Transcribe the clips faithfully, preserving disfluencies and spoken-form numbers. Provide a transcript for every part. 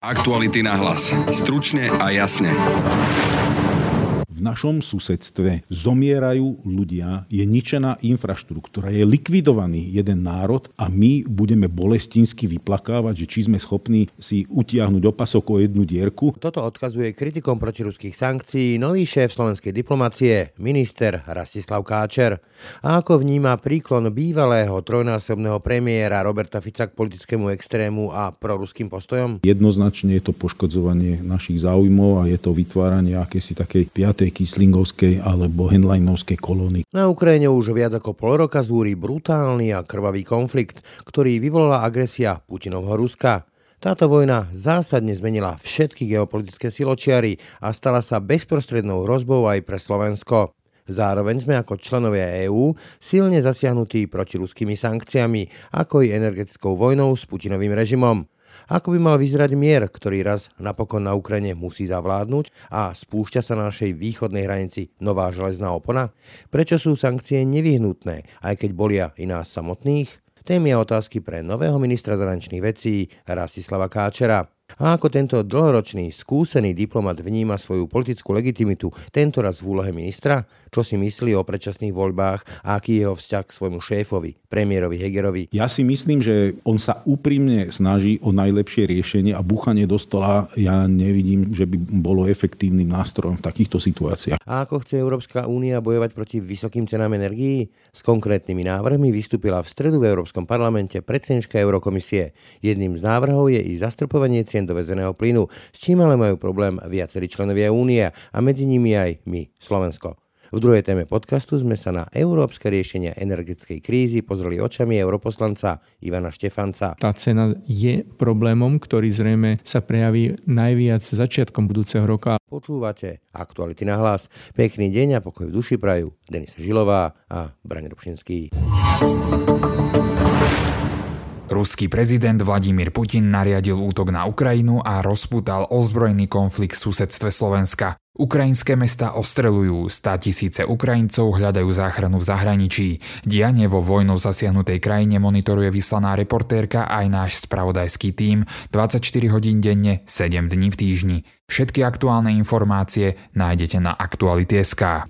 Aktuality na hlas. Stručne a jasne. V našom susedstve zomierajú ľudia, je ničená infraštruktúra, je likvidovaný jeden národ a my budeme bolestinsky vyplakávať, že či sme schopní si utiahnuť opasok o jednu dierku. Toto odkazuje kritikom protiruských sankcií nový šéf slovenskej diplomacie, minister Rastislav Káčer. A ako vníma príklon bývalého trojnásobného premiéra Roberta Fica k politickému extrému a proruským postojom? Jednoznačne je to poškodzovanie našich záujmov a je to vytváranie akési takej piatej kyslingovskej alebo henleinovskej kolóny. Na Ukrajine už viac ako pol roka zúri brutálny a krvavý konflikt, ktorý vyvolala agresia Putinovho Ruska. Táto vojna zásadne zmenila všetky geopolitické siločiary a stala sa bezprostrednou hrozbou aj pre Slovensko. Zároveň sme ako členovia EÚ silne zasiahnutí protiruskými sankciami, ako i energetickou vojnou s Putinovým režimom. Ako by mal vyzerať mier, ktorý raz napokon na Ukrajine musí zavládnuť a spúšťa sa na našej východnej hranici nová železná opona? Prečo sú sankcie nevyhnutné, aj keď bolia i nás samotných? Témy a otázky pre nového ministra zahraničných vecí Rastislava Káčera. A ako tento dlhoročný, skúsený diplomat vníma svoju politickú legitimitu tentoraz v úlohe ministra? Čo si myslí o predčasných voľbách a aký je jeho vzťah k svojmu šéfovi, premiérovi Hegerovi? Ja si myslím, že on sa úprimne snaží o najlepšie riešenie a búchanie do stola ja nevidím, že by bolo efektívnym nástrojom v takýchto situáciách. A ako chce Európska únia bojovať proti vysokým cenám energií? S konkrétnymi návrhmi vystúpila v stredu v Európskom parlamente predsedníčka Eurokomisie. Jedným z návrhov je i zastrpovanie cien dovezeného plynu, s čím ale majú problém viacerí členovia únie a medzi nimi aj my, Slovensko. V druhej téme podcastu sme sa na európske riešenia energetickej krízy pozreli očami europoslanca Ivana Štefanca. Tá cena je problémom, ktorý zrejme sa prejaví najviac začiatkom budúceho roka. Počúvate Aktuality na hlas. Pekný deň a pokoj v duši prajú Denisa Žilová a Braň Rupšinský. Ruský prezident Vladimír Putin nariadil útok na Ukrajinu a rozputal ozbrojený konflikt v susedstve Slovenska. Ukrajinské mestá ostreľujú, státisíce Ukrajincov hľadajú záchranu v zahraničí. Dianie vo vojnou zasiahnutej krajine monitoruje vyslaná reportérka aj náš spravodajský tím dvadsaťštyri hodín denne, sedem dní v týždni. Všetky aktuálne informácie nájdete na aktuality bodka es ká.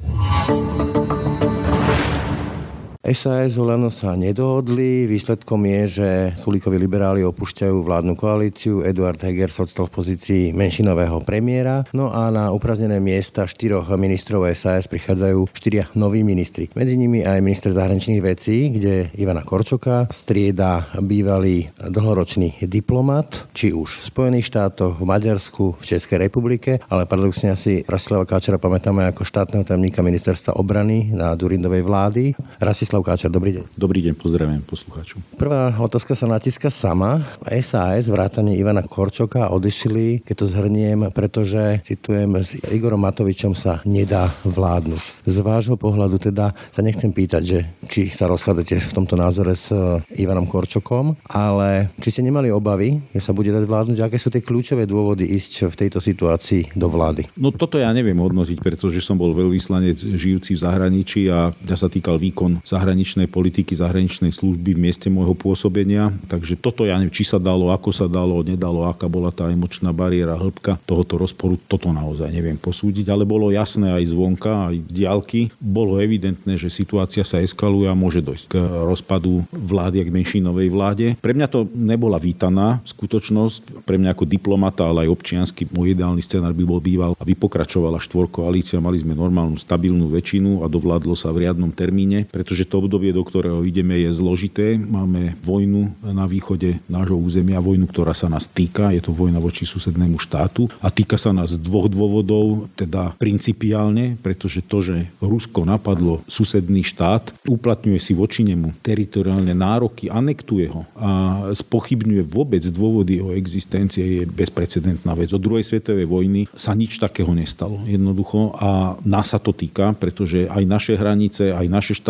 es a es Olano sa nedohodli. Výsledkom je, že Sulíkovi liberáli opúšťajú vládnu koalíciu. Eduard Heger sa odstal v pozícii menšinového premiéra. No a na uprázdnené miesta štyroch ministrov es a es prichádzajú štyria noví ministri. Medzi nimi aj minister zahraničných vecí, kde Ivana Korčoka strieda bývalý dlhoročný diplomat, či už v Spojených štátoch, v Maďarsku, v Českej republike, ale paradoxne asi Rastislava Káčera pamätáme ako štátneho tajomníka ministerstva obrany na Dzurindovej vlády. Rastislav Káčer, dobrý deň. Dobrý deň, pozdravujem poslucháčov. Prvá otázka sa natíska sama. es a es, vrátane Ivana Korčoka odišli, keď to zhrniem, pretože, citujem, s Igorom Matovičom sa nedá vládnuť. Z vášho pohľadu teda sa nechcem pýtať, že či sa rozchádzate v tomto názore s Ivanom Korčokom, ale či ste nemali obavy, že sa bude dať vládnuť, aké sú tie kľúčové dôvody ísť v tejto situácii do vlády? No toto ja neviem hodnotiť, pretože som bol veľvyslanec žijúci v zahraničí a ja sa týkal výkon zahraničnej politiky, zahraničnej služby v mieste môjho pôsobenia. Takže toto ja neviem, či sa dalo, ako sa dalo, nedalo, aká bola tá emočná bariéra, hĺbka tohoto rozporu, toto naozaj neviem posúdiť, ale bolo jasné aj zvonka, aj diaľky. Bolo evidentné, že situácia sa eskaluje a môže dojsť k rozpadu vlády, k menšinovej vláde. Pre mňa to nebola vítaná skutočnosť, pre mňa ako diplomata, ale aj občiansky môj ideálny scenár by bol býval, aby pokračovala štvorkoalícia, mali sme normálnu stabilnú väčšinu a dovládlo sa v riadnom termíne, pretože to obdobie, do ktorého ideme, je zložité. Máme vojnu na východe nášho územia, vojnu, ktorá sa nás týka, je to vojna voči susednému štátu a týka sa nás z dvoch dôvodov, teda principiálne, pretože to, že Rusko napadlo susedný štát, uplatňuje si voči nemu teritoriálne nároky, anektuje ho a spochybňuje vôbec dôvody jeho existencie, je bezprecedentná vec. Od druhej svetovej vojny sa nič takého nestalo. Jednoducho a nás sa to týka, pretože aj naše hranice, aj naše štátne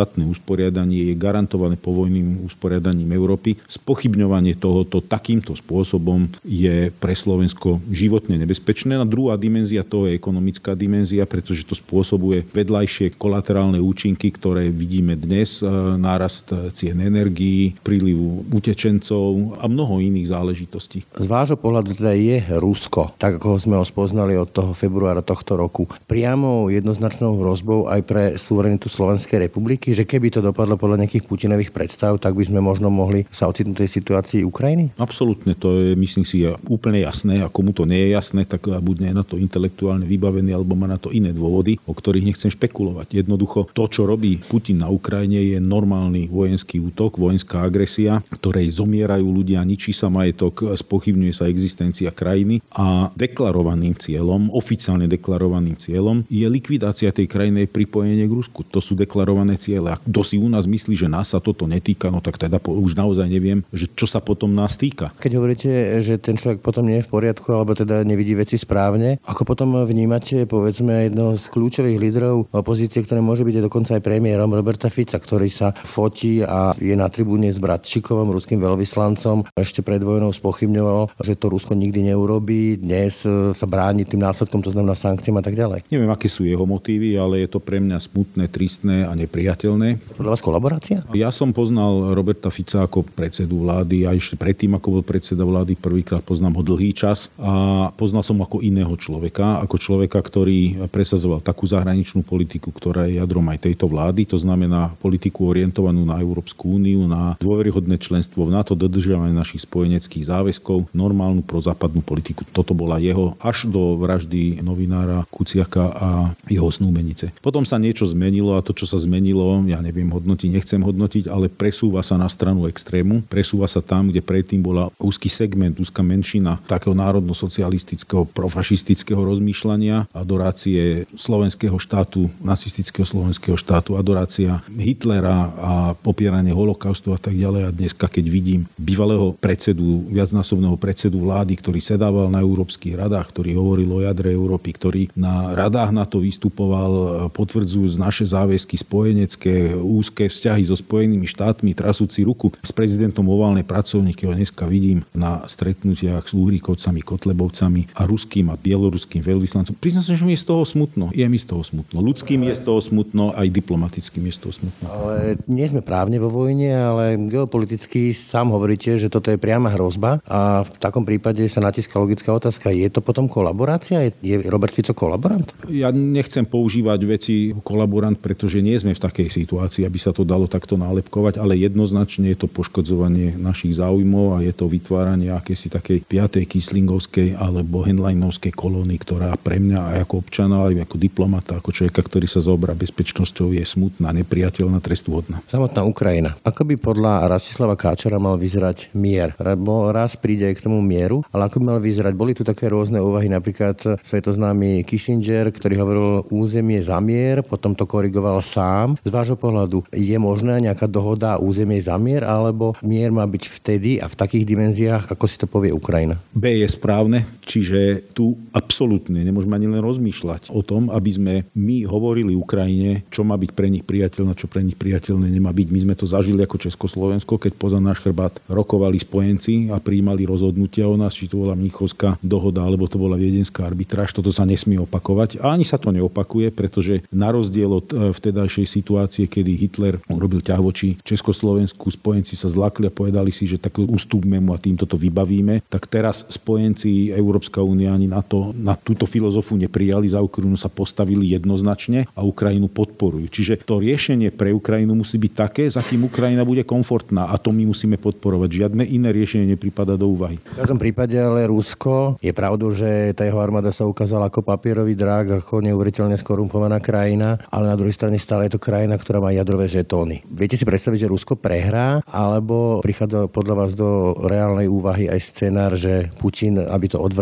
usporiadaní je garantované povojným usporiadaním Európy. Spochybňovanie tohoto takýmto spôsobom je pre Slovensko životne nebezpečné. A druhá dimenzia toho je ekonomická dimenzia, pretože to spôsobuje vedľajšie kolaterálne účinky, ktoré vidíme dnes, nárast cien energií, prílivu utečencov a mnoho iných záležitostí. Z vášho pohľadu teda je Rusko, tak ako sme ho spoznali od toho februára tohto roku, priamo jednoznačnou hrozbou aj pre suverenitu Slovenskej republiky, že keby to dopadlo podľa nejakých Putinových predstav, tak by sme možno mohli sa ocitnúť v tej situácii Ukrajiny? Absolútne, to je, myslím si, úplne jasné. A komu to nie je jasné, tak buď nie je na to intelektuálne vybavený, alebo má na to iné dôvody, o ktorých nechcem špekulovať. Jednoducho, to, čo robí Putin na Ukrajine, je normálny vojenský útok, vojenská agresia, ktorej zomierajú ľudia, ničí sa majetok, spochybňuje sa existencia krajiny a deklarovaným cieľom, oficiálne deklarovaným cieľom je likvidácia tej krajiny, pripojenie k Rusku. To sú deklarované ciele. A kto si u nás myslí, že nás sa toto netýka, no tak teda už naozaj neviem, že čo sa potom nás týka. Keď hovoríte, že ten človek potom nie je v poriadku, alebo teda nevidí veci správne, ako potom vnímate, povedzme, jedného z kľúčových lídrov opozície, ktoré môže byť aj dokonca aj premiérom, Roberta Fica, ktorý sa fotí a je na tribúne s Bratčikovom, ruským veľvyslancom. Ešte pred vojnou spochybňoval, že to Rusko nikdy neurobí, dnes sa bráni tým následkom, to znamená sankciám a tak ďalej. Neviem, aké sú jeho motívy, ale je to pre mňa smutné, tristné a nepriateľné. Podľa vás kolaborácia? Ja som poznal Roberta Fica ako predsedu vlády a ešte predtým, ako bol predseda vlády, prvýkrát poznám ho dlhý čas a poznal som ho ako iného človeka, ako človeka, ktorý presadzoval takú zahraničnú politiku, ktorá je jadrom aj tejto vlády, to znamená politiku orientovanú na Európsku úniu, na dôveryhodné členstvo v NATO, dodržiavanie našich spojeneckých záväzkov, normálnu prozápadnú politiku. Toto bola jeho až do vraždy novinára Kuciaka a jeho snúbenice. Potom sa niečo zmenilo a to, čo sa zmenilo, ja neviem hodnotiť, nechcem hodnotiť, ale presúva sa na stranu extrému, presúva sa tam, kde predtým bola úzky segment, úzka menšina takého národno-socialistického, profašistického rozmýšľania, adorácie slovenského štátu, nacistického slovenského štátu, adorácia Hitlera a popieranie holokaustu a tak ďalej. A dneska, keď vidím bývalého predsedu, viacnásobného predsedu vlády, ktorý sedával na európskych radách, ktorý hovoril o jadre Európy, ktorý na radách NATO vystupoval, potvrdzujúc naše záväzky spojenecké, úzke vzťahy so Spojenými štátmi, trasúci ruku s prezidentom oválnej pracovníky, ho dneska vidím na stretnutiach s Uhríkovcami, Kotlebovcami a ruským a bieloruským veľvyslancom. Priznám sa, že mi je z toho smutno. Je mi z toho smutno. Ľudským je z toho smutno, aj diplomatickým je z toho smutno. Ale nie sme právne vo vojne, ale geopoliticky sám hovoríte, že toto je priama hrozba a v takom prípade sa natíska logická otázka. Je to potom kolaborácia? Je Robert Fico kolaborant? Ja nechcem používať veci kolaborant, pretože nie sme v takej situácii, aby sa to dalo takto nálepkovať, ale jednoznačne je to poškodzovanie našich záujmov a je to vytváranie akési takej piatej kyslingovskej alebo henleinovskej kolóny, ktorá pre mňa aj ako občana, aj ako diplomata, ako človeka, ktorý sa zaoberá bezpečnosťou, je smutná, nepriateľná, trestuhodná. Samotná Ukrajina. Ako by podľa Rastislava Káčera mal vyzerať mier? Lebo raz príde aj k tomu mieru, ale ako by mal vyzerať? Boli tu také rôzne úvahy, napríklad svetoznámy Kissinger, ktorý hovoril územie za mier, potom to korigoval sám. Z vášho pohľadu je možná nejaká dohoda územie za mier, alebo mier má byť vtedy a v takých dimenziách, ako si to povie Ukrajina? B je správne, čiže tu absolútne nemôžeme ani len rozmýšľať o tom, aby sme my hovorili Ukrajine, čo má byť pre nich priateľné, čo pre nich priateľné nemá byť. My sme to zažili ako Československo, keď poza náš chrbát rokovali spojenci a prijímali rozhodnutia o nás, či to bola Mníchovská dohoda, alebo to bola viedenská arbitráž. Toto sa nesmie opakovať a ani sa to neopakuje, pretože na rozdiel od vtedajšej situácie, kedy Hitler urobil ťah voči Československu, spojenci sa zlakli a povedali si, že tak ustúpme mu a týmto to vybavíme, tak teraz spojenci Európska únia ani na to, na túto filozofiu neprijali, za Ukrajinu sa postavili jednoznačne a Ukrajinu podporujú. Čiže to riešenie pre Ukrajinu musí byť také, za kým Ukrajina bude komfortná a to my musíme podporovať. Žiadne iné riešenie nepripadá do úvahy. V každom prípade ale Rusko, je pravdou, že tá jeho armáda sa ukázala ako papierový drák, ako neuveriteľne skorumpovaná krajina, ale na druhej strane stále je to krajina, ktorá má jadrové žetóny. Viete si predstaviť, že Rusko prehrá, alebo prichádza podľa vás do reálnej úvahy aj scenár, že Putin, aby to odvrátil,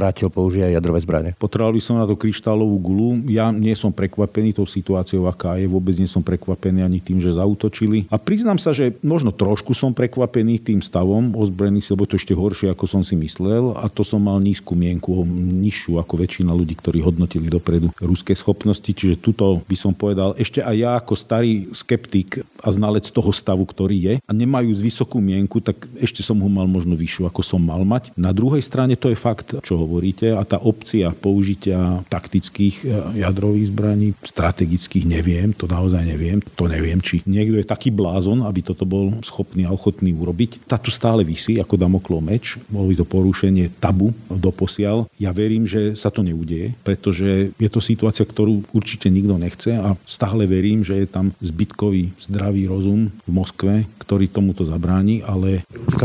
vrátil používať jadrové zbrane? Potreboval by som na to kryštálovú gulu. Ja nie som prekvapený tou situáciou, aká je. Vôbec nie som prekvapený ani tým, že zaútočili. A priznám sa, že možno trošku som prekvapený tým stavom ozbrojených síl, lebo to ešte horšie, ako som si myslel. A to som mal nízku mienku, nižšiu ako väčšina ľudí, ktorí hodnotili dopredu ruské schopnosti. Čiže tuto by som povedal, ešte aj ja ako starý skeptik a znalec toho stavu, ktorý je, a nemajú vysokú mienku, tak ešte som ho mal možno vyššiu, ako som mal mať. Na druhej strane to je fakt, čo hovoríte, a tá opcia použitia taktických jadrových zbraní, strategických neviem, to naozaj neviem. To neviem, či niekto je taký blázon, aby toto bol schopný a ochotný urobiť. Tá tu stále visí ako Damoklov meč. Bolo by to porušenie tabu doposiaľ. Ja verím, že sa to neudeje, pretože je to situácia, ktorú určite nikto nechce, a stále verím, že je tam zbytkový zdravý rozum v Moskve, ktorý tomuto zabráni, ale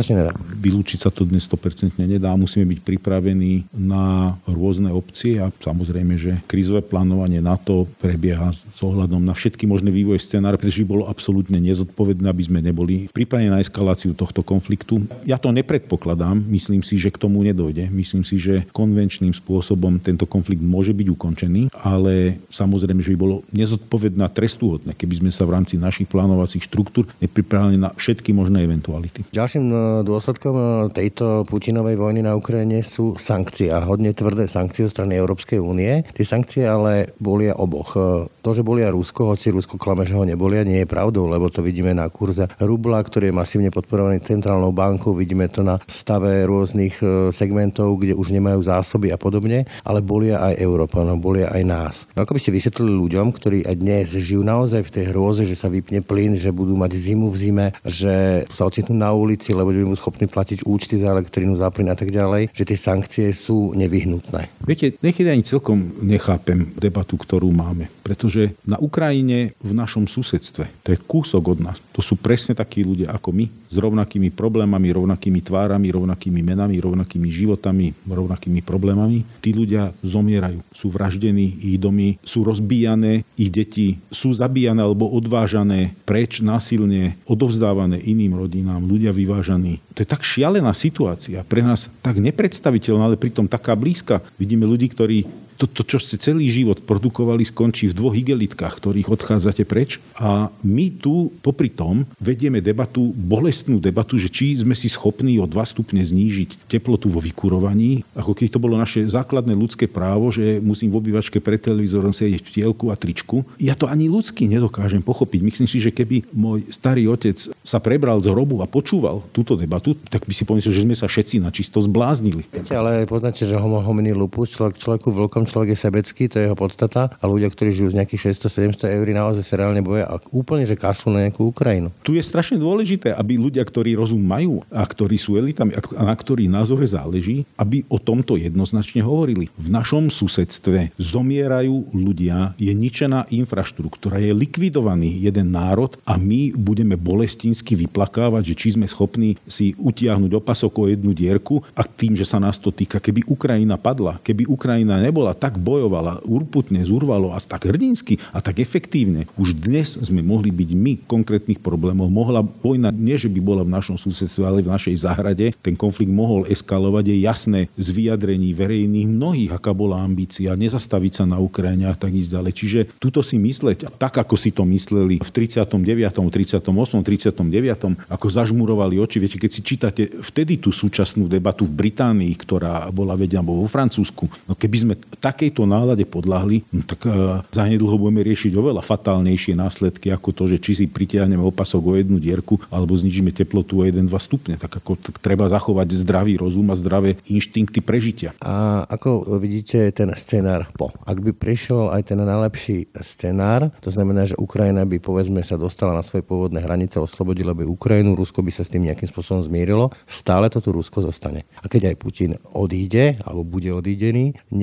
vylúčiť sa to dnes sto percent nedá. Musíme byť pripravení na rôzne opcie a samozrejme, že krízové plánovanie NATO prebieha s ohľadom na všetky možné vývoje scenáre, pretože bolo absolútne nezodpovedné, aby sme neboli pripravení na eskaláciu tohto konfliktu. Ja to nepredpokladám, myslím si, že k tomu nedojde. Myslím si, že konvenčným spôsobom tento konflikt môže byť ukončený, ale samozrejme, že by bolo nezodpovedné a trestuhodné, keby sme sa v rámci našich plánovacích štruktúr nepripravili na všetky možné eventuality. Ďalším dôsledkom tejto Putinovej vojny na Ukrajine sú sankcie a hodne tvrdé sankcie zo strany Európskej únie. Tie sankcie ale bolia oboch. To, že bolia Rusko, hoci Rusko klame, že ho nebolia, nie je pravdou, lebo to vidíme na kurze rubla, ktorý je masívne podporovaný centrálnou bankou, vidíme to na stave rôznych segmentov, kde už nemajú zásoby a podobne, ale bolia aj Európanov, bolia aj nás. No ako by ste vysvetlili ľuďom, ktorí aj dnes žijú naozaj v tej hrôze, že sa vypne plyn, že budú mať zimu v zime, že sa ocitnú na ulici, lebo budú schopní platiť účty za elektrínu, za plyn a tak ďalej, že tie sankcie sú nevyhnutné. Viete, niekedy ani celkom nechápem debatu, ktorú máme, pretože na Ukrajine v našom susedstve, to je kúsok od nás, to sú presne takí ľudia ako my, s rovnakými problémami, rovnakými tvárami, rovnakými menami, rovnakými životami, rovnakými problémami. Tí ľudia zomierajú, sú vraždení, ich domy sú rozbíjané, ich deti sú zabíjané alebo odvážané preč násilne, odovzdávané iným rodinám, ľudia vyvážaní. To je tak šialená situácia, pre nás tak nepredstaviteľná, ale pritom taká blízka. Vidíme ľudí, ktorí to, to, čo ste celý život produkovali, skončí v dvoch igelitkách, ktorých odchádzate preč. A my tu popri tom vedieme debatu, bolestnú debatu, že či sme si schopní o dva stupne znížiť teplotu vo vykurovaní, ako keď to bolo naše základné ľudské právo, že musím v obývačke pred televízorom sedieť v tielku a tričku. Ja to ani ľudsky nedokážem pochopiť. Myslím si, že keby môj starý otec sa prebral z hrobu a počúval túto debatu, tak by si pomyslel, že sme sa všetci načisto zbláznili. Ale poznáte, že homo homini lupus, človek človeku vlkom, človek je sebecký, to je jeho podstata, a ľudia, ktorí žijú z nejakých šesťsto sedemsto eur, naozaj sa reálne boja a úplne, že kašľú na nejakú Ukrajinu. Tu je strašne dôležité, aby ľudia, ktorí rozum majú a ktorí sú elitami a na ktorých názore záleží, aby o tomto jednoznačne hovorili. V našom susedstve zomierajú ľudia, je ničená infraštruktúra, je likvidovaný jeden národ a my budeme bolestinsky vyplakávať, že či sme schopní si utiahnuť opasok o jednu dierku, a tým, že sa nás to týka, keby Ukrajina padla, keby Ukrajina nebola tak bojovala, urputne, zurvalo a tak hrdinsky a tak efektívne, už dnes sme mohli byť my konkrétnych problémov. Mohla vojna, nie že by bola v našom susedstve, ale v našej záhrade. Ten konflikt mohol eskalovať. Je jasné z vyjadrení verejných mnohých, aká bola ambícia nezastaviť sa na Ukrajine a tak ísť ďalej. Čiže tuto si mysleť, tak ako si to mysleli v tridsiatom deviatom, tridsiatom ôsmom, tridsiatom deviatom, ako zažmurovali oči. Viete, keď si čítate vtedy tú súčasnú debatu v Británii, ktorá bola vedená vo Francúzsku, no keby sme takejto nálade podľahli, no tak uh, zanedlho budeme riešiť oveľa fatálnejšie následky ako to, že či si pritiahneme opasok o jednu dierku alebo znižíme teplotu o jeden až dva stupne. Tak ako tak treba zachovať zdravý rozum a zdravé inštinkty prežitia. A ako vidíte ten scenár po? Ak by prišiel aj ten najlepší scenár, to znamená, že Ukrajina by povedzme sa dostala na svoje pôvodné hranice, oslobodila by Ukrajinu, Rusko by sa s tým nejakým spôsobom zmierilo, stále to tu Rusko zostane. A keď aj Putin odíde alebo bude odídený, nevyzerá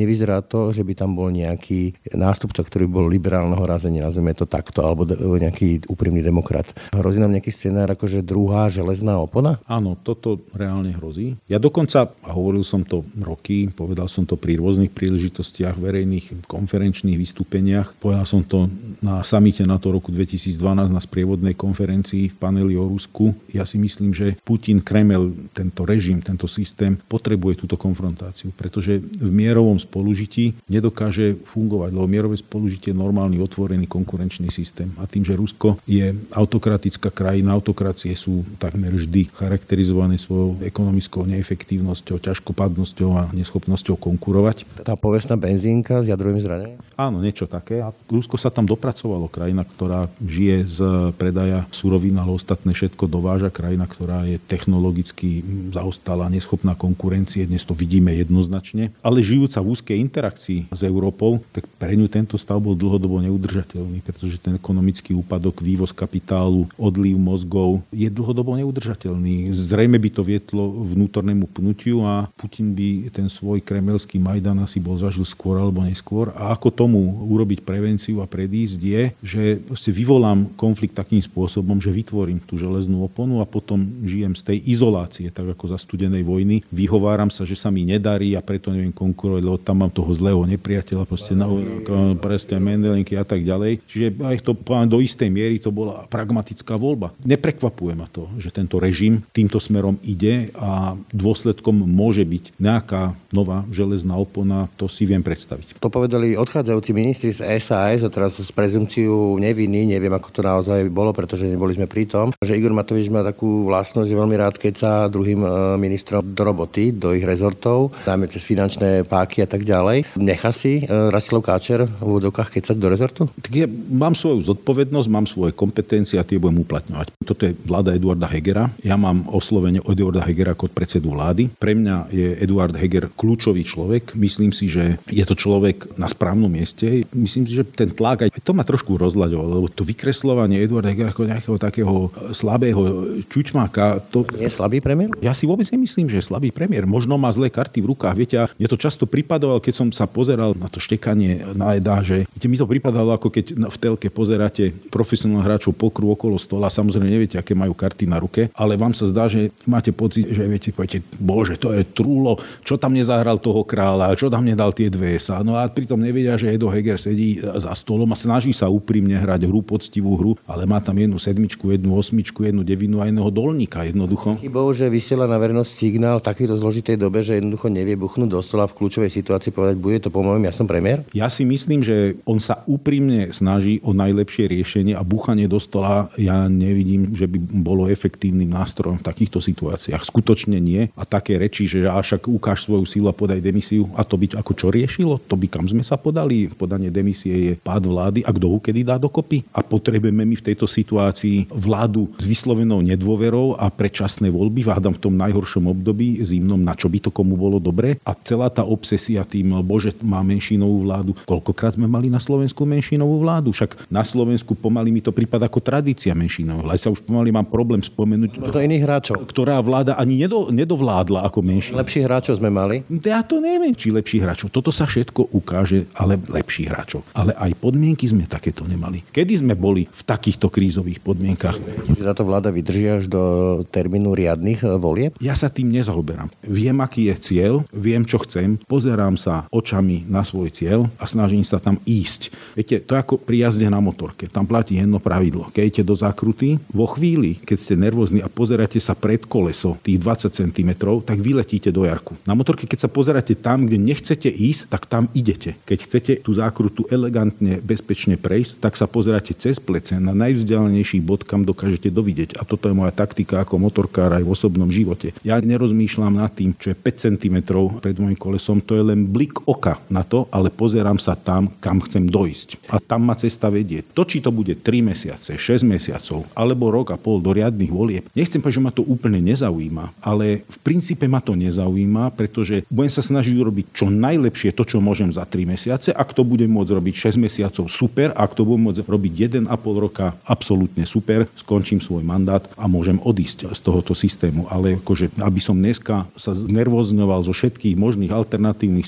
to, že by tam bol nejaký nástupca, ktorý bol liberálneho razenia, nazveme to takto, alebo nejaký úprimný demokrat. Hrozí nám nejaký scenár akože druhá železná opona? Áno, toto reálne hrozí. Ja dokonca, a hovoril som to roky, povedal som to pri rôznych príležitostiach, verejných konferenčných vystúpeniach, povedal som to na samite NATO roku dvetisícdvanásť na sprievodnej konferencii v paneli o Rusku. Ja si myslím, že Putin, Kremel, tento režim, tento systém potrebuje túto konfrontáciu, pretože v mierovom spolužití nedokáže fungovať, lebo mierové spolužitie je normálny, otvorený konkurenčný systém. A tým, že Rusko je autokratická krajina, autokracie sú takmer vždy charakterizované svojou ekonomickou neefektívnosťou, ťažkopadnosťou a neschopnosťou konkurovať. Tá povestná benzínka s jadrovým zranením? Áno, niečo také. A Rusko sa tam dopracovalo. Krajina, ktorá žije z predaja surovín, ale ostatné všetko dováža. Krajina, ktorá je technologicky zaostala, neschopná konkurencie. Dnes to vidíme jednoznačne. Ale žijúca v úzkej interakcii s Európou, tak pre ňu tento stav bol dlhodobo neudržateľný, pretože ten ekonomický úpadok, vývoz kapitálu, odliv mozgov je dlhodobo neudržateľný. Zrejme by to viedlo vnútornému pnutiu a Putin by ten svoj kremelský Majdan asi bol zažil skôr alebo neskôr. A ako tomu urobiť prevenciu a predísť je, že si vyvolám konflikt takým spôsobom, že vytvorím tú železnú oponu a potom žijem z tej izolácie, tak ako za studenej vojny. Vyhováram sa, že sa mi nedarí a preto neviem konkurovať, lebo tam mám toho zlého nepriateľa, proste na presne Mendelinky a tak ďalej. Čiže aj to do istej miery to bola pragmatická voľba. Neprekvapuje ma to, že tento režim týmto smerom ide a dôsledkom môže byť nejaká nová železná opona, to si viem predstaviť. To povedali odchádzajúci ministri z es a es a teraz s prezumciou neviny, neviem ako to naozaj bolo, pretože neboli sme pri tom, že Igor Matovič má takú vlastnosť, že veľmi rád keď sa druhým ministrom do roboty, do ich rezortov, najmä cez finančné páky a tak ďalej. Nechá si Rastislav Káčer v úvodokách kecať do rezortu? Tak ja mám svoju zodpovednosť, mám svoje kompetencie a tie budem uplatňovať. Toto je vláda Eduarda Hegera. Ja mám oslovenie od Eduarda Hegera ako predsedu vlády. Pre mňa je Eduard Heger kľúčový človek. Myslím si, že je to človek na správnom mieste. Myslím si, že ten tlak aj to ma trošku rozlaďovalo, lebo to vykresľovanie Eduarda Hegera ako nejakého takého slabého čučmáka, to je slabý premiér? Ja si vôbec nemyslím, že je slabý premiér. Možno má zlé karty v rukách. Viete, mne to často pripadalo, keď som sa pozeral na to štekanie na edá, že viete, mi to pripadalo, ako keď v telke pozeráte profesionálnych hráčov pokru okolo stola. Samozrejme neviete, aké majú karty na ruke, ale vám sa zdá, že máte pocit, že viete, poviete, bože, to je trúlo, čo tam nezahral toho kráľa, čo tam nedal tie dve esá. No a pritom nevedia, že Edo Heger sedí za stolom a snaží sa úprimne hrať hru, poctivú hru, ale má tam jednu sedmičku, jednu osmičku, jednu devinu a jedného dolníka jednoducho. Chybou, že vysiela na verejnosť signál v takejto zložitej dobe, že jednoducho nevie buchnúť do stola v kľúčovej situácii, povedať, bude to po mojom, ja som premiér? Ja si myslím, že on sa úprimne snaží o najlepšie riešenie a búchanie do stola ja nevidím, že by bolo efektívnym nástrojom v takýchto situáciách. Skutočne nie. A také reči, že však ukáž svoju silu a podaj demisiu, a to by ako čo riešilo? To by kam sme sa podali? Podanie demisie je pád vlády a kto ho kedy dá dokopy? A potrebujeme my v tejto situácii vládu s vyslovenou nedôverou a predčasné voľby, hádam v tom najhoršom období zimnom, na čo by to komu bolo dobre. A celá tá obsesia tým, bože, má menšinovú vládu. Koľkokrát sme mali na Slovensku menšinovú vládu? Však na Slovensku pomaly mi to prípada ako tradícia menšinová. Ale sa už pomaly mám problém spomenúť. Možno iných hráčov. Ktorá vláda ani nedo, nedovládla ako menšina. Lepších hráčov sme mali? Ja to neviem, či lepších hráčov. Toto sa všetko ukáže, ale lepších hráčov. Ale aj podmienky sme takéto nemali. Kedy sme boli v takýchto krízových podmienkach? Čiže táto vláda vydrží až do termínu riadnych volieb? Ja sa tým nezaoberám. Viem, aký je cieľ, viem, čo chcem, pozerám sa očami na svoj cieľ a snažím sa tam ísť. Viete, to je ako pri jazde na motorke. Tam platí jedno pravidlo. Keď idete do zákruty, vo chvíli, keď ste nervózni a pozeráte sa pred koleso tých dvadsať centimetrov, tak vyletíte do jarku. Na motorke, keď sa pozeráte tam, kde nechcete ísť, tak tam idete. Keď chcete tú zákrutu elegantne, bezpečne prejsť, tak sa pozeráte cez plece na najvzdialenejší bod, kam dokážete dovidieť. A toto je moja taktika ako motorkár aj v osobnom živote. Ja nerozmýšľam nad tým, čo je päť centimetrov pred môjim kolesom, to je len blik oka na to, ale pozerám sa tam, kam chcem dojsť. A tam ma cesta vedie. To, či to bude tri mesiace, šesť mesiacov, alebo rok a pol do riadnych volieb, nechcem povedať, že ma to úplne nezaujíma, ale v princípe ma to nezaujíma, pretože budem sa snažiť urobiť čo najlepšie to, čo môžem za tri mesiace. Ak to budem môcť robiť šesť mesiacov, super. Ak to budem môcť robiť jeden a pol roka, absolútne super. Skončím svoj mandát a môžem odísť z tohoto systému. Ale akože, aby som dneska sa znervozňoval zo všetkých možných alternatívnych scenárov,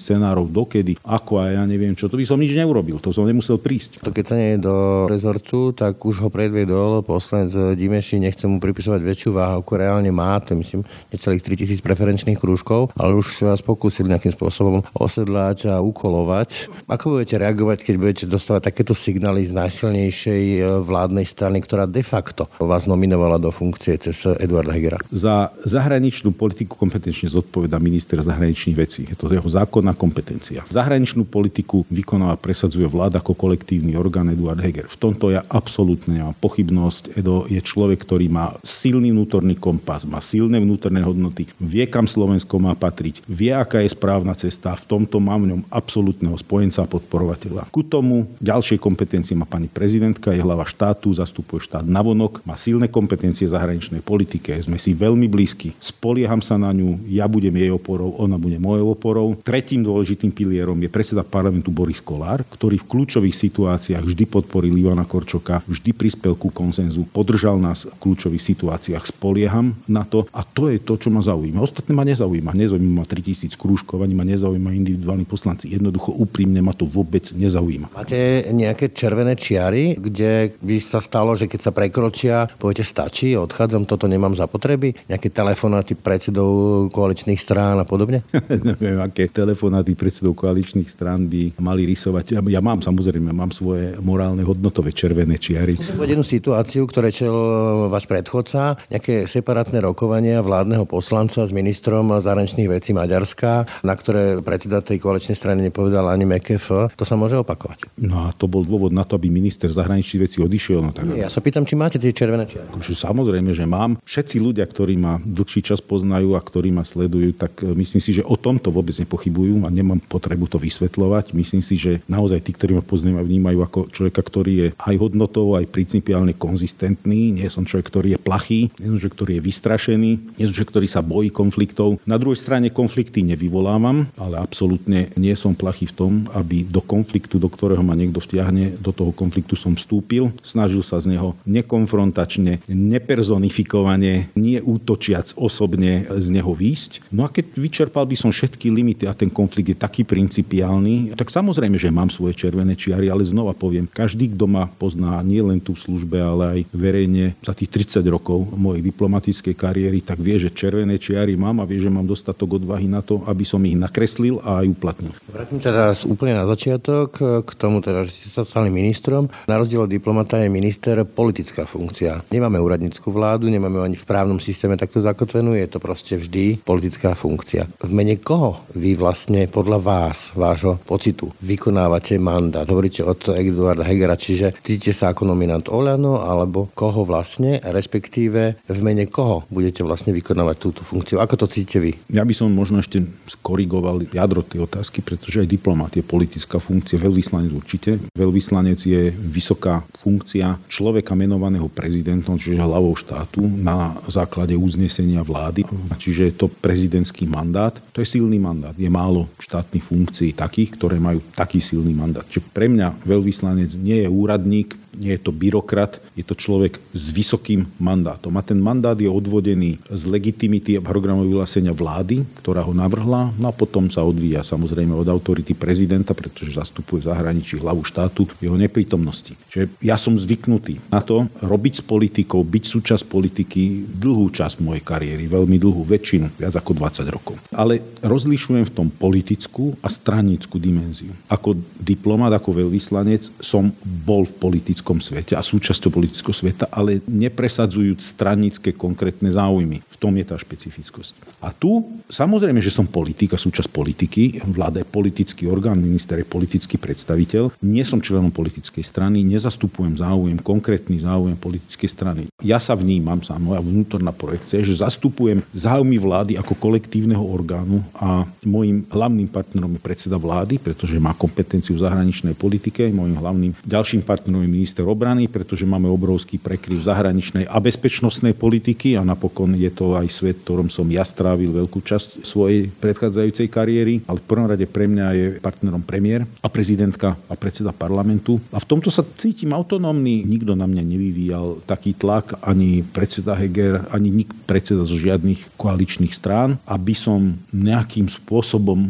kto, dokedy, ako a ja neviem čo, to by som nič neurobil, to som nemusel prísť. To keď sa nie je do rezortu, tak už ho predviedol poslanec Dimeši, nechcem mu pripisovať väčšiu váhu, ako reálne má, to myslím necelých tritisíc preferenčných krúžkov, ale už sa vás pokúsili nejakým spôsobom osedlať a ukolovať. Ako budete reagovať, keď budete dostávať takéto signály z najsilnejšej vládnej strany, ktorá de facto vás nominovala do funkcie cez Eduarda Hegera? Za zahraničnú politiku kompetenčne zodpovedá minister zahraničných vecí. Je to jeho zákonná kompetencia. Zahraničnú politiku vykonáva, presadzuje vláda ako kolektívny orgán Eduard Heger. V tomto ja absolútne nemám pochybnosť. Edo je človek, ktorý má silný vnútorný kompas, má silné vnútorné hodnoty, vie, kam Slovensko má patriť, vie, aká je správna cesta. V tomto mám v ňom absolútneho spojenca a podporovateľa. Ku tomu ďalšie kompetencie má pani prezidentka, je hlava štátu, zastupuje štát navonok, má silné kompetencie v zahraničnej politike. Sme si veľmi blízki. Spolieham sa na ňu, ja budem jej oporou, ona bude mojou oporou. Tretím dôležitým pilierom je predseda parlamentu Boris Kollár, ktorý v kľúčových situáciách vždy podporil Ivana Korčoka, vždy prispel ku konsenzu, podržal nás v kľúčových situáciách. Spolieham na to a to je to, čo ma zaujíma. Ostatné ma nezaujíma. Nezaujíma ma tritisíc krúžkov, ani ma nezaujíma individuálni poslanci. Jednoducho úprimne ma to vôbec nezaujíma. Máte nejaké červené čiary, kde by sa stalo, že keď sa prekročia, poviete stačí, odchádzam, toto nemám zapotreby? Nejaké telefonáty predsedov koaličných strán a podobne? Neviem, aké telefonáty predsedov koaličných strán by mali rysovať. Ja, ja mám samozrejme, mám svoje morálne hodnotové červené čiary. Musím jednu situáciu, ktoré čel váš predchodca, nejaké separátne rokovania vládneho poslanca s ministrom zahraničných vecí Maďarska, na ktoré predseda tej koaličnej strany nepovedal ani mäkké F. To sa môže opakovať. No a to bol dôvod na to, aby minister zahraničných vecí odišiel. No tak... Nie, ja sa pýtam, či máte tie červené čiary. Samozrejme, že mám. Všetci ľudia, ktorí ma dlhší čas poznajú a ktorí ma sledujú, tak myslím si, že o tomto vôbec nepochybujú a nemám potrebu to vysvetľovať. Myslím si, že naozaj tí, ktorí ma poznajú a vnímajú ako človeka, ktorý je aj hodnotovo, aj principiálne konzistentný. Nie som človek, ktorý je plachý, nie som človek, ktorý je vystrašený, nie som človek, ktorý sa bojí konfliktov. Na druhej strane konflikty nevyvolávam, ale absolútne nie som plachý v tom, aby do konfliktu, do ktorého ma niekto vtiahne, do toho konfliktu som vstúpil. Snažil sa z neho nekonfrontačne, nepersonifikovane, nie útočiac osobne z neho výjsť. No a keď vyčerpal by som všetky limity a ten konflikt je taký principiálny, tak samozrejme, že mám svoje červené čiary, ale znova poviem, každý, kto ma pozná nie len tu v službe, ale aj verejne za tých tridsať rokov mojej diplomatickej kariéry, tak vie, že červené čiary mám a vie, že mám dostatok odvahy na to, aby som ich nakreslil a aj uplatnil. Vrátim teraz úplne na začiatok k tomu, teda, že ste sa stali ministrom. Na rozdiel od diplomata je minister politická funkcia. Nemáme úradnícku vládu, nemáme ani v právnom systéme takto zakotvenú, je to proste vždy politická funkcia. V mene koho vy vlastne podľa vás, vášho pocitu, vykonávate mandát? Hovoríte od Eduarda Hegera, čiže cítite sa ako nominant Oľano, alebo koho vlastne, respektíve v mene koho budete vlastne vykonávať túto funkciu? Ako to cítite vy? Ja by som možno ešte skorigoval jadro tej otázky, pretože aj diplomat je politická funkcia, veľvyslanec určite. Veľvyslanec je vysoká funkcia človeka menovaného prezidentom, čiže hlavou štátu na základe uznesenia vlády. Čiže je to prezidentský mandát. To je silný mandát. Je málo štátnych funkcií takých, ktoré majú taký silný mandát. Čiže pre mňa veľvyslanec nie je úradník, nie je to byrokrat, je to človek s vysokým mandátom. A ten mandát je odvodený z legitimity a programového vyhlásenia vlády, ktorá ho navrhla, no a potom sa odvíja samozrejme od autority prezidenta, pretože zastupuje v zahraničí hlavu štátu v jeho neprítomnosti. Čiže ja som zvyknutý na to robiť s politikou, byť súčasť politiky dlhú časť mojej kariéry, veľmi dlhú, väčšinu, viac ako dvadsať rokov. Ale rozlišujem v tom politickú a stranickú dimenziu. Ako diplomat, ako veľvyslanec som bol v politickom svete a súčasťou politického sveta, ale nepresadzujúc stranické konkrétne záujmy. V tom je tá špecifickosť. A tu, samozrejme, že som politik a súčasť politiky, vláda je politický orgán, minister je politický predstaviteľ, nie som členom politickej strany, nezastupujem záujem, konkrétny záujem politickej strany. Ja sa vnímam, sám moja vnútorná projekcia, že zastupujem záujmy vlády ako kolektívneho orgánu a môjim hlavným partnerom je predseda vlády, pretože má kompetenciu v zahraničnej politike, môjim hlavným ďalším partnerom je minister obrany, pretože máme obrovský prekryv zahraničnej a bezpečnostnej politiky a napokon je to aj svet, v ktorom som ja strávil veľkú časť svojej predchádzajúcej kariéry, ale v prvom rade pre mňa je partnerom premiér a prezidentka a predseda parlamentu. A v tomto sa cítim autonómny, nikto na mňa nevyvíjal taký tlak, ani predseda Heger, ani nik predseda zo žiadnych koaličných strán, aby som nejakým spôsobom hájil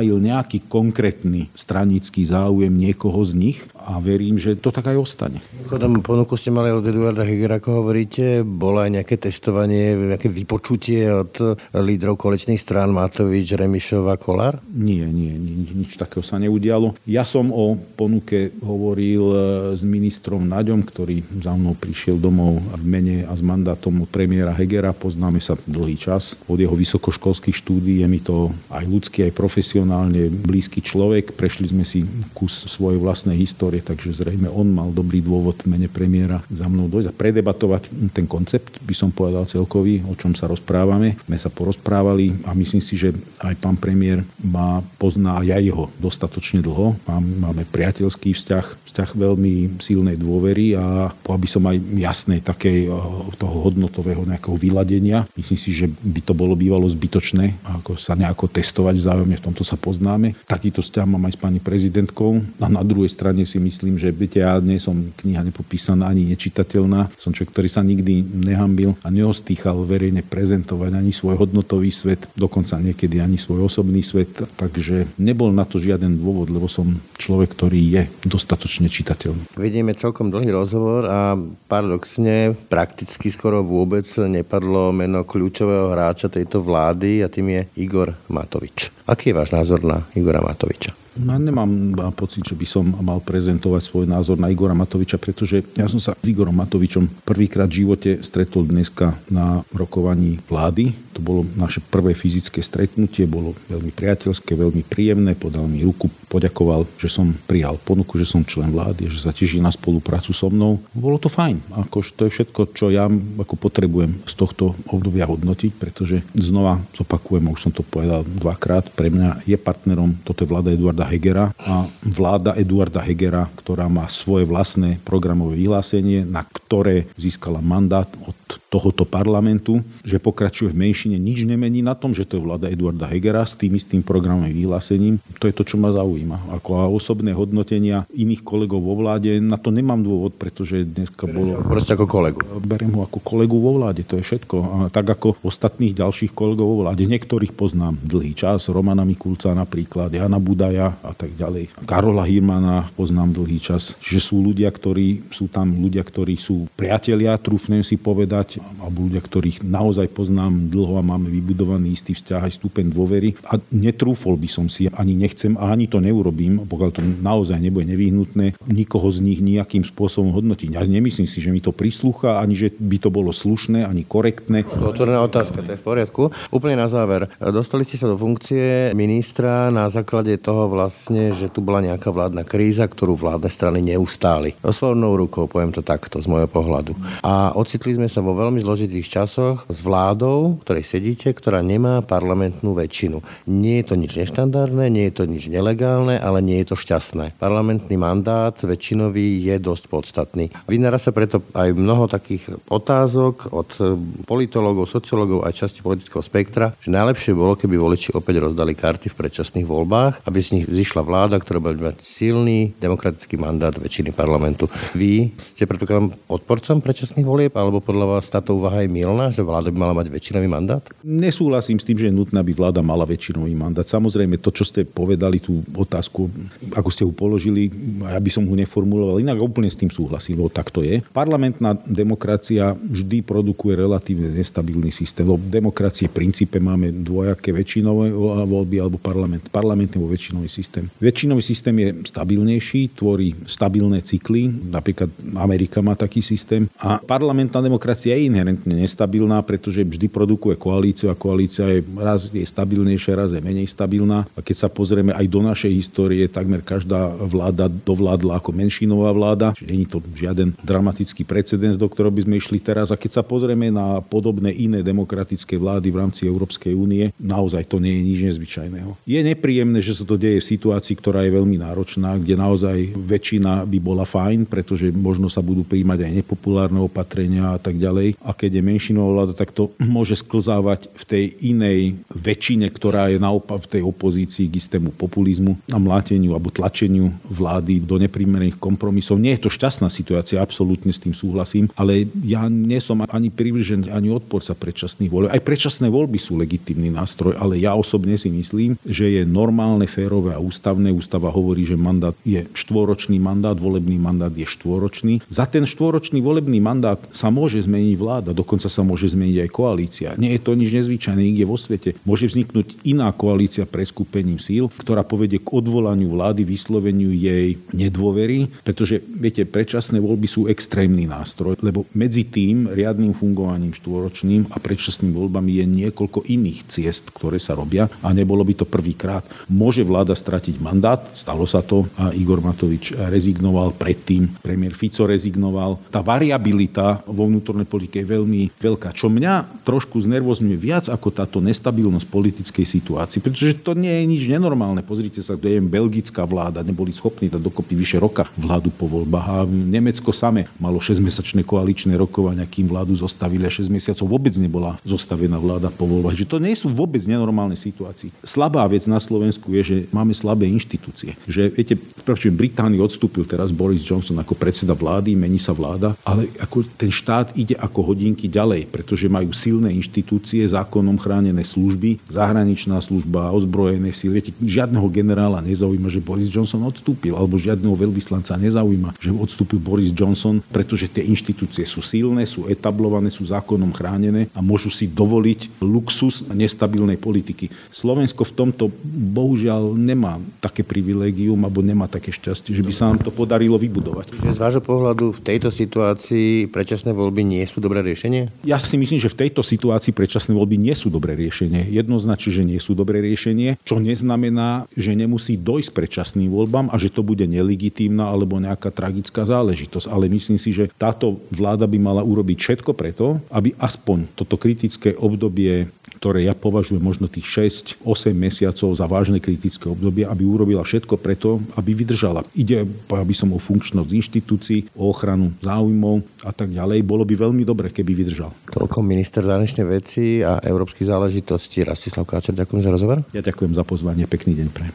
hájil nejaký konkrétny stranický záujem niekoho z nich a verím, že to tak aj ostane. Chodom ponuku ste mali od Eduarda Hegera, ako hovoríte. Bolo aj nejaké testovanie, nejaké vypočutie od lídrov koaličných strán Matovič, Remišov a Kollár? Nie, nie, nie, nič takého sa neudialo. Ja som o ponuke hovoril s ministrom Naďom, ktorý za mnou prišiel domov v mene a s mandátom od premiéra Hegera. Poznáme sa dlhý čas. Od jeho vysokoškolských štúdií je mi to aj ľudský, aj profesionálne blízky človek. Prešli sme si kus svojej vlastnej histórie, takže zrejme on mal dobrý dôvod v mene premiéra za mnou dojsť a predebatovať ten koncept, by som povedal celkový, o čom sa rozprávame. My sa porozprávali a myslím si, že aj pán premiér ma pozná, ja jeho dostatočne dlho. Máme priateľský vzťah, vzťah veľmi silnej dôvery a aby som aj jasnej takej toho hodnotového nejakého vyladenia. Myslím si, že by to bolo bývalo zbytočné, ako sa nejako testovať vzájomne, v tomto sa poznáme. Takýto vzťah mám aj s pani prezidentkou a na druhej strane si myslím, že viete, ja nie som kniha nepopísaná ani nečitateľná. Som človek, ktorý sa nikdy nehambil a neostýchal verejne prezentovať ani svoj hodnotový svet, dokonca niekedy ani svoj osobný svet. Takže nebol na to žiaden dôvod, lebo som človek, ktorý je dostatočne čitateľný. Vidíme celkom dlhý rozhovor a paradoxne prakticky skoro vôbec nepadlo meno kľúčového hráča tejto vlády a tým je Igor Matovič. Aký je váš názor na Igora Matoviča? Ja nemám pocit, že by som mal prezentovať svoj názor na Igora Matoviča, pretože ja som sa s Igorom Matovičom prvýkrát v živote stretol dneska na rokovaní vlády. To bolo naše prvé fyzické stretnutie, bolo veľmi priateľské, veľmi príjemné, podal mi ruku, poďakoval, že som prijal ponuku, že som člen vlády, že sa teší na spoluprácu so mnou. Bolo to fajn, ako to je všetko, čo ja ako potrebujem z tohto obdobia hodnotiť, pretože znova zopakujem, už som to povedal dvakrát, pre mňa je partnerom, toto je vláda Eduarda Hegera a vláda Eduarda Hegera, ktorá má svoje vlastné programové vyhlásenie, na ktoré získala mandát od tohoto parlamentu, že pokračuje v menšine, nič nemení na tom, že to je vláda Eduarda Hegera s tým istým programovým vyhlásením. To je to, čo ma zaujíma. Ako a osobné hodnotenia iných kolegov vo vláde, na to nemám dôvod, pretože dneska bolo... Proste ako kolegu. Beriem ho ako kolegu vo vláde, to je všetko. A tak ako ostatných ďalších kolegov vo vláde. Niektorých poznám dlhý čas, Romana Mikulca napríklad, Jana Budaja a tak ďalej. Karola Hirmana poznám dlhý čas. Čiže sú ľudia, ktorí sú tam ľudia, ktorí sú priatelia, trúfnem si povedať, alebo ľudia, ktorých naozaj poznám dlho a máme vybudovaný istý vzťah aj stupeň dôvery. A netrúfol by som si, ani nechcem a ani to neurobím, pokiaľ to naozaj nebude nevyhnutné, nikoho z nich nejakým spôsobom hodnotiť. Ja nemyslím si, že mi to prislúcha, ani že by to bolo slušné, ani korektné. To otvorená otázka, to je v poriadku. Úplne na záver. Dostali ste sa do funkcie ministra na základe toho vlastne, že tu bola nejaká vládna kríza, ktorú vládne strany neustáli. Oslovnou rukou, poviem to takto z môjho pohľadu. A ocitli sme sa vo veľmi zložitých časoch s vládou, ktorej sedíte, ktorá nemá parlamentnú väčšinu. Nie je to nič neštandardné, nie je to nič nelegálne, ale nie je to šťastné. Parlamentný mandát väčšinový je dosť podstatný. Vynára sa preto aj mnoho takých otázok od politológov, sociológov aj časti politického spektra, že najlepšie bolo, keby voliči opäť rozdali karty v predčasných voľbách, aby z nich zišla vláda, ktorá bude mať silný demokratický mandát väčšiny parlamentu. Vy ste predpokladám odporcom predčasných volieb, alebo podľa vás táto úvaha je mylná, že vláda by mala mať väčšinový mandát? Nesúhlasím s tým, že je nutné, aby vláda mala väčšinový mandát. Samozrejme, to, čo ste povedali, tú otázku, ako ste ho položili, ja by som ho neformuloval inak, úplne s tým súhlasím, lebo tak to je. Parlamentná demokracia vždy produkuje relatívne nestabilný systém. V demokracie v princípe máme dvojaké väčšinové voľby alebo parlament. Parlamentný vo väčšinový systém. Väčšinový systém je stabilnejší, tvorí stabilné cykly, napríklad Amerika má taký systém a parlamentná demokracia je inherentne nestabilná, pretože vždy produkuje koalíciu a koalícia je raz je stabilnejšia, raz je menej stabilná. A keď sa pozrieme aj do našej histórie, takmer každá vláda dovládla ako menšinová vláda, čiže nie je to žiaden dramatický precedens, do ktorého by sme išli teraz. A keď sa pozrieme na podobné iné demokratické vlády v rámci Európskej únie, naozaj to nie je nič nezvyčajného. Je nepríjemné, že sa to deje v situácii, ktorá je veľmi náročná, kde naozaj väčšina by bola fajn, pretože možno sa budú prijímať aj nepopulárne opatrenia a tak ďalej. ďalej. A keď je menšinová vláda, tak to môže sklzávať v tej inej väčšine, ktorá je naopak v tej opozícii k istému populizmu a mláteniu alebo tlačeniu vlády do neprimeraných kompromisov. Nie je to šťastná situácia, absolútne s tým súhlasím, ale ja nie som ani privržený, ani odporca predčasných volieb. Aj predčasné voľby sú legitímny nástroj, ale ja osobne si myslím, že je normálne, férové a ústavné. Ústava hovorí, že mandát je štvoročný mandát, volebný mandát je štvoročný. Za ten štvoročný volebný mandát sa môže zmeniť vláda, dokonca sa môže zmeniť aj koalícia. Nie je to nič nezvyčajné nikde vo svete. Môže vzniknúť iná koalícia preskupením síl, ktorá povedie k odvolaniu vlády, vysloveniu jej nedôvery, pretože viete, predčasné voľby sú extrémny nástroj, lebo medzi tým riadnym fungovaním štvoročným a predčasnými voľbami je niekoľko iných ciest, ktoré sa robia a nebolo by to prvýkrát. Môže vláda stratiť mandát, stalo sa to a Igor Matovič rezignoval, predtým premiér Fico rezignoval. Tá variabilita vo vnútornej politike je veľmi veľká. Čo mňa trošku znervozňuje viac ako táto nestabilnosť politickej situácii, pretože to nie je nič nenormálne. Pozrite sa, kde je belgická vláda, neboli schopní dať dokopy vyše roka vládu po voľbách a Nemecko samé malo šesťmesačné koaličné rokovania, kým vládu zostavili a šesť mesiacov vôbec nebola zostavená vláda po voľbách. Že to nie sú vôbec nenormálne situácie. Slabá vec na Slovensku je, že máme slabé inštitúcie. Že viete, prečo v Británii odstúpil teraz Boris Johnson ako predseda vlády, mení sa vláda, ale ako ten štát ide ako hodinky ďalej, pretože majú silné inštitúcie, zákonom chránené služby, zahraničná služba, ozbrojené síly. Viete, žiadneho generála nezaujíma, že Boris Johnson odstúpil, alebo žiadneho veľvyslanca nezaujíma, že odstúpil Boris Johnson, pretože tie inštitúcie sú silné, sú etablované, sú zákonom chránené a môžu si dovoliť luxus nestabilnej politiky. Slovensko v tomto bohužiaľ nemá také privilégium alebo nemá také šťastie, že by sa nám to podarilo vybudovať. Z vášho pohľadu v tejto situácii predčasné voľby nie sú dobré riešenie? Ja si myslím, že v tejto situácii predčasné voľby nie sú dobré riešenie. Jednoznačne, že nie sú dobré riešenie, čo neznamená, že nemusí dojsť k predčasným voľbám a že to bude nelegitímna alebo nejaká tragická záležitosť. Ale myslím si, že táto vláda by mala urobiť všetko preto, aby aspoň toto kritické obdobie, ktoré ja považujem možno tých šesť osem mesiacov za vážne kritické obdobie, aby urobila všetko preto, aby vydržala. Ide, aby som o funkčnosť inštitúcií, o ochranu záujmov a tak ďalej. Bolo by veľmi dobre, keby vydržal. Toľko minister zahraničných vecí a európskych záležitostí Rastislav Káčer. Ďakujem za rozhovor. Ja ďakujem za pozvanie. Pekný deň prajem.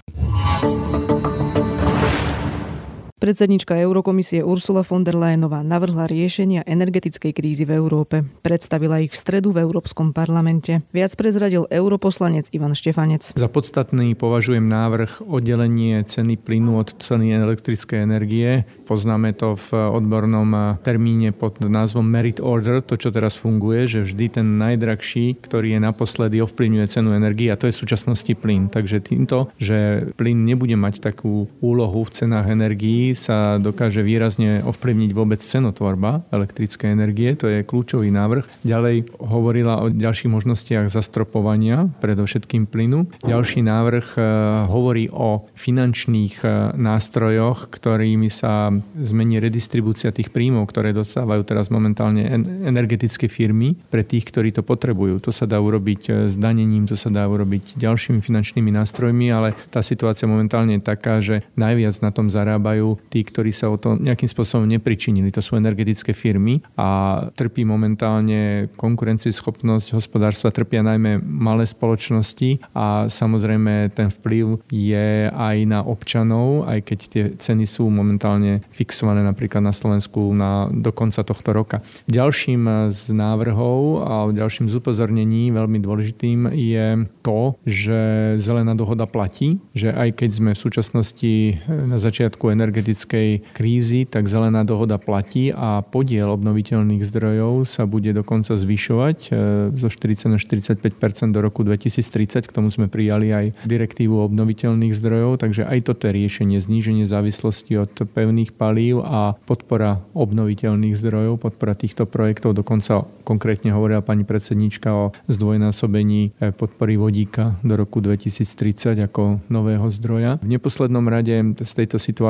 Predsedníčka Eurokomisie Ursula von der Leyenová navrhla riešenia energetickej krízy v Európe. Predstavila ich v stredu v Európskom parlamente. Viac prezradil europoslanec Ivan Štefanec. Za podstatný považujem návrh oddelenie ceny plynu od ceny elektrickej energie. Poznáme to v odbornom termíne pod názvom merit order, to čo teraz funguje, že vždy ten najdrahší, ktorý je naposledy, ovplyvňuje cenu energie a to je v súčasnosti plyn. Takže týmto, že plyn nebude mať takú úlohu v cenách energií, sa dokáže výrazne ovplyvniť vôbec cenotvorba elektrickej energie. To je kľúčový návrh. Ďalej hovorila o ďalších možnostiach zastropovania, predovšetkým plynu. Ďalší návrh hovorí o finančných nástrojoch, ktorými sa zmení redistribúcia tých príjmov, ktoré dostávajú teraz momentálne energetické firmy pre tých, ktorí to potrebujú. To sa dá urobiť zdanením, to sa dá urobiť ďalšími finančnými nástrojmi, ale tá situácia momentálne je taká, že najviac na tom zarábajú tí, ktorí sa o to nejakým spôsobom nepričinili. To sú energetické firmy a trpí momentálne konkurencieschopnosť hospodárstva, trpia najmä malé spoločnosti a samozrejme ten vplyv je aj na občanov, aj keď tie ceny sú momentálne fixované napríklad na Slovensku na, do konca tohto roka. Ďalším z návrhov a ďalším z upozornení veľmi dôležitým je to, že zelená dohoda platí, že aj keď sme v súčasnosti na začiatku energetickej krízy, tak zelená dohoda platí a podiel obnoviteľných zdrojov sa bude dokonca zvyšovať zo štyridsať na štyridsaťpäť percent do roku dvetisíctridsať. K tomu sme prijali aj direktívu obnoviteľných zdrojov, takže aj toto je riešenie, zníženie závislosti od pevných palív a podpora obnoviteľných zdrojov, podpora týchto projektov. Dokonca konkrétne hovorila pani predsedníčka o zdvojnásobení podpory vodíka do roku dvetisíctridsať ako nového zdroja. V neposlednom rade z tejto situácie sa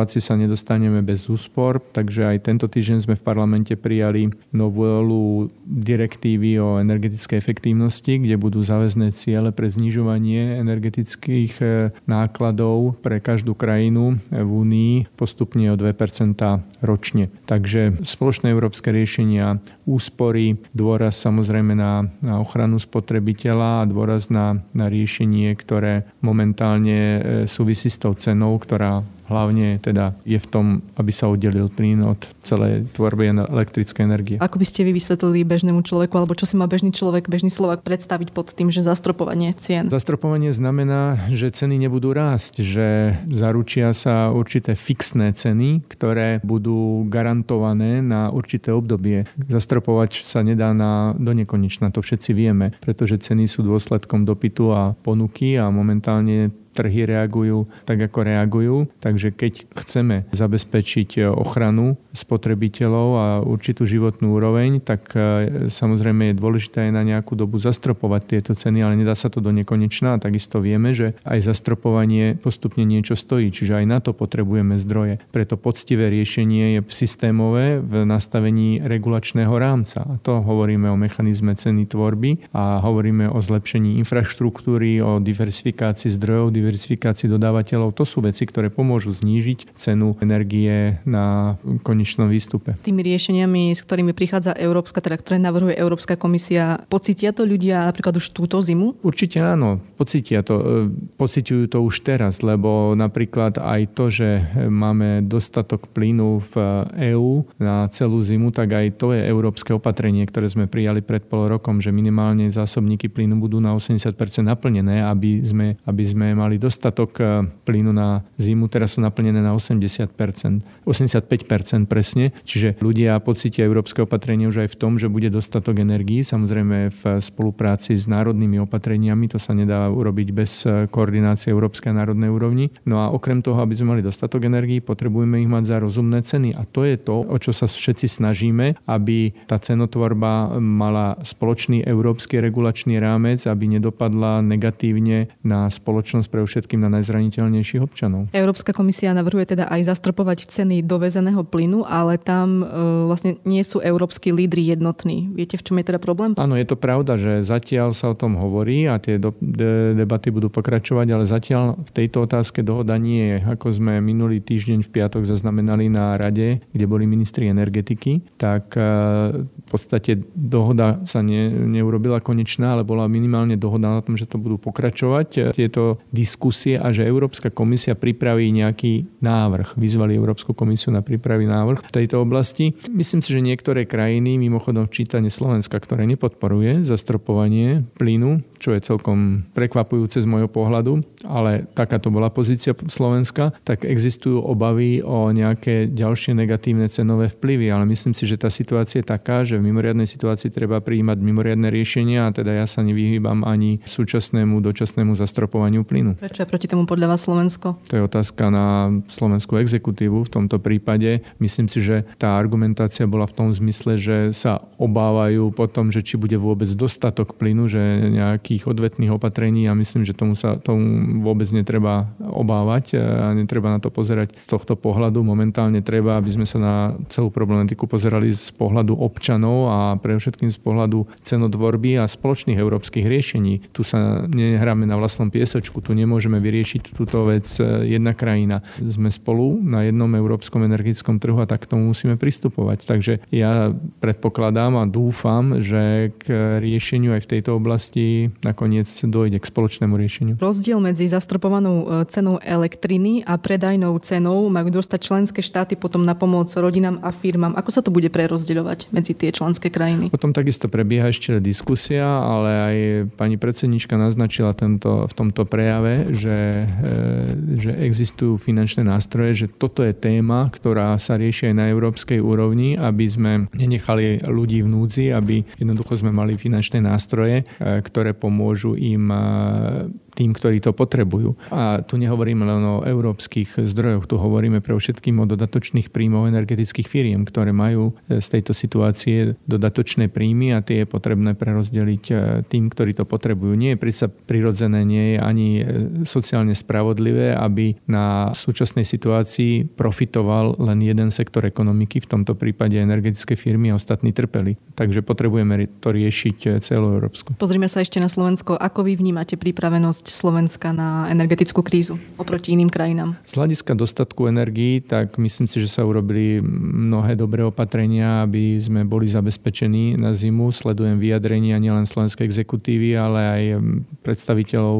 nedostaneme bez úspor, takže aj tento týždeň sme v parlamente prijali novelu direktívy o energetickej efektívnosti, kde budú záväzné ciele pre znižovanie energetických nákladov pre každú krajinu v Únii postupne o dve percentá ročne. Takže spoločné európske riešenia, úspory, dôraz samozrejme na, na ochranu spotrebiteľa a dôraz na, na riešenie, ktoré momentálne súvisí s tou cenou, ktorá hlavne teda je v tom, aby sa oddelil plyn od celej tvorby elektrickej energie. Ako by ste vy vysvetlili bežnému človeku, alebo čo si má bežný človek, bežný Slovák predstaviť pod tým, že zastropovanie cien? Zastropovanie znamená, že ceny nebudú rásť, že zaručia sa určité fixné ceny, ktoré budú garantované na určité obdobie. Zastropovať sa nedá na donekonečna, to všetci vieme, pretože ceny sú dôsledkom dopytu a ponuky a momentálne trhy reagujú tak, ako reagujú. Takže keď chceme zabezpečiť ochranu spotrebiteľov a určitú životnú úroveň, tak samozrejme je dôležité aj na nejakú dobu zastropovať tieto ceny, ale nedá sa to do nekonečna. A takisto vieme, že aj zastropovanie postupne niečo stojí, čiže aj na to potrebujeme zdroje. Preto poctivé riešenie je systémové v nastavení regulačného rámca. A to hovoríme o mechanizme ceny tvorby a hovoríme o zlepšení infraštruktúry, o diversifikácii zdrojov, diversifikácii dodávateľov. To sú veci, ktoré pomôžu znížiť cenu energie na konečnom výstupe. S tými riešeniami, s ktorými prichádza Európska, teda ktoré navrhuje Európska komisia, pocítia to ľudia napríklad už túto zimu? Určite áno, pocítia to. Pociťujú to už teraz, lebo napríklad aj to, že máme dostatok plynu v EÚ na celú zimu, tak aj to je európske opatrenie, ktoré sme prijali pred pol rokom, že minimálne zásobníky plynu budú na osemdesiat percent naplnené, aby sme, aby sme mali dostatok plynu na zimu, teraz sú naplnené na osemdesiat percent, osemdesiatpäť percent presne, čiže ľudia pocítia európske opatrenie už aj v tom, že bude dostatok energií, samozrejme v spolupráci s národnými opatreniami, to sa nedá urobiť bez koordinácie európskej a národnej úrovni. No a okrem toho, aby sme mali dostatok energií, potrebujeme ich mať za rozumné ceny a to je to, o čo sa všetci snažíme, aby tá cenotvorba mala spoločný európsky regulačný rámec, aby nedopadla negatívne na spoločnosť, pre všetkým na najzraniteľnejších občanov. Európska komisia navrhuje teda aj zastropovať ceny dovezeného plynu, ale tam e, vlastne nie sú európski lídri jednotní. Viete, v čom je teda problém? Áno, je to pravda, že zatiaľ sa o tom hovorí a tie do, de, debaty budú pokračovať, ale zatiaľ v tejto otázke dohoda nie je. Ako sme minulý týždeň v piatok zaznamenali na rade, kde boli ministri energetiky, tak e, v podstate dohoda sa ne, neurobila konečná, ale bola minimálne dohoda na tom, že to budú pokračovať tieto diskusie a že Európska komisia pripraví nejaký návrh. Vyzvali Európsku komisiu na prípravy návrh v tejto oblasti. Myslím si, že niektoré krajiny, mimochodom včítane Slovenska, ktoré nepodporuje zastropovanie plynu, čo je celkom prekvapujúce z môjho pohľadu, ale takáto bola pozícia Slovenska, tak existujú obavy o nejaké ďalšie negatívne cenové vplyvy, ale myslím si, že tá situácia je taká, že v mimoriadnej situácii treba prijímať mimoriadne riešenia a teda ja sa nevyhýbam ani súčasnému dočasnému zastropovaniu plynu. Prečo je proti tomu podľa vás Slovensko? To je otázka na slovenskú exekutívu v tomto prípade. Myslím si, že tá argumentácia bola v tom zmysle, že sa obávajú potom, že či bude vôbec dostatok plynu, že nejakých odvetných opatrení a myslím, že tomu sa tomu vôbec netreba obávať a netreba na to pozerať z tohto pohľadu. Momentálne treba, aby sme sa na celú problematiku pozerali z pohľadu občanov a pre všetkým z pohľadu cenotvorby a spoločných európskych riešení. Tu sa nehráme na vlastnom piesočku, tu nemôžeme vyriešiť túto vec jedna krajina. Sme spolu na jednom európskom energetickom trhu a tak k tomu musíme pristupovať. Takže ja predpokladám a dúfam, že k riešeniu aj v tejto oblasti nakoniec dojde k spoločnému riešeniu. Rozdiel medzi zastropovanou cenou elektriny a predajnou cenou majú dostať členské štáty potom na pomoc rodinám a firmám. Ako sa to bude prerozdeľovať medzi tie členské krajiny? Potom takisto prebieha ešte diskusia, ale aj pani predsednička naznačila tento, v tomto prejave, že, že existujú finančné nástroje, že toto je téma, ktorá sa rieši aj na európskej úrovni, aby sme nenechali ľudí v núdzi, aby jednoducho sme mali finančné nástroje, ktoré pomôžu im tým, ktorí to potrebujú. A tu nehovoríme len o európskych zdrojoch, tu hovoríme pre všetkým o dodatočných príjmoch energetických firiem, ktoré majú z tejto situácie dodatočné príjmy a tie je potrebné prerozdeliť tým, ktorí to potrebujú. Nie je predsa prirodzené, nie je ani sociálne spravodlivé, aby na súčasnej situácii profitoval len jeden sektor ekonomiky, v tomto prípade energetické firmy a ostatní trpeli. Takže potrebujeme to riešiť celú Európsku. Pozrime sa ešte na Slovensko. Ako vy vnímate pripravenosť Slovenska na energetickú krízu oproti iným krajinám? Z hľadiska dostatku energií, tak myslím si, že sa urobili mnohé dobré opatrenia, aby sme boli zabezpečení na zimu. Sledujem vyjadrenia nielen slovenskej exekutívy, ale aj predstaviteľov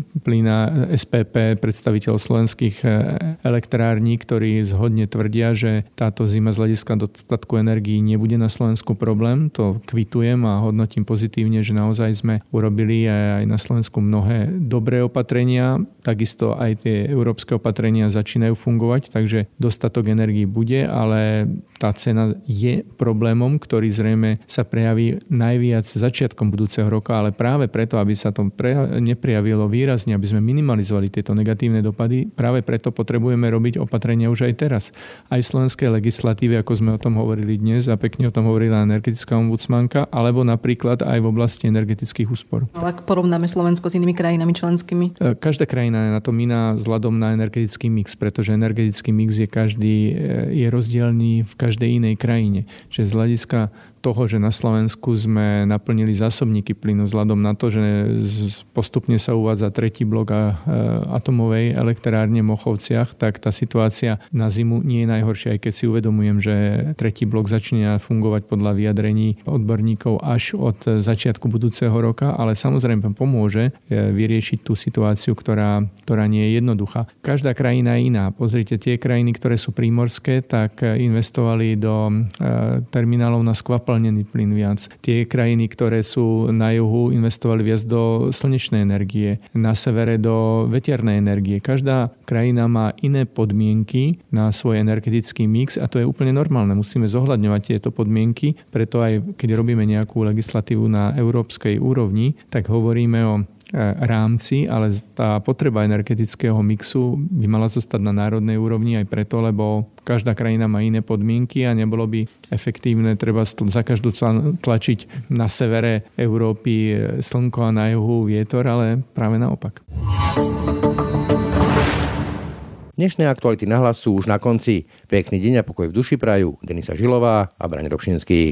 plyna es pé pé, predstaviteľov slovenských elektrární, ktorí zhodne tvrdia, že táto zima z hľadiska dostatku energií nebude na Slovensku problém. To kvitujem a hodnotím pozitívne, že naozaj sme urobili aj na Slovensku mnohé dobré opatrenia. Takisto aj tie európske opatrenia začínajú fungovať, takže dostatok energií bude, ale tá cena je problémom, ktorý zrejme sa prejaví najviac začiatkom budúceho roka, ale práve preto, aby sa to pre, neprejavilo výrazne, aby sme minimalizovali tieto negatívne dopady, práve preto potrebujeme robiť opatrenia už aj teraz. Aj v slovenskej legislatíve, ako sme o tom hovorili dnes a pekne o tom hovorila energetická ombudsmanka, alebo napríklad aj v oblasti energetických úspor. Ale ak porovnáme Slovensko s inými krajinami členskými? Každá krajina je na tom iná vzhľadom na energetický mix, pretože energetický mix je každý je rozdielný v každej inej krajine. Čiže z hľadiska toho, že na Slovensku sme naplnili zásobníky plynu vzhľadom na to, že postupne sa uvádza tretí blok a atomovej elektrárne v Mochovciach, tak tá situácia na zimu nie je najhoršia, aj keď si uvedomujem, že tretí blok začína fungovať podľa vyjadrení odborníkov až od začiatku budúceho roka, ale samozrejme pomôže vyriešiť tú situáciu, ktorá, ktorá nie je jednoduchá. Každá krajina je iná. Pozrite, tie krajiny, ktoré sú prímorské, tak investovali do terminálov na skvapalnený plyn viac. Tie krajiny, ktoré sú na juhu, investovali viac do slnečnej energie, na severe do veternej energie. Každá krajina má iné podmienky na svoj energetický mix a to je úplne normálne. Musíme zohľadňovať tieto podmienky, preto aj keď robíme nejakú legislatívu na európskej úrovni, tak hovoríme o rámci, ale tá potreba energetického mixu by mala zostať na národnej úrovni aj preto, lebo každá krajina má iné podmienky a nebolo by efektívne treba za každú tlačiť na severe Európy slnko a na juhu vietor, ale práve naopak. Dnešné aktuality na hlas sú už na konci. Pekný deň a pokoj v duši prajú Denisa Žilová a Braň Robšinský.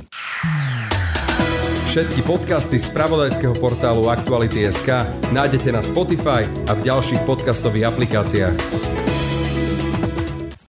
Všetky podcasty z spravodajského portálu Aktuality bodka es ká nájdete na Spotify a v ďalších podcastových aplikáciách.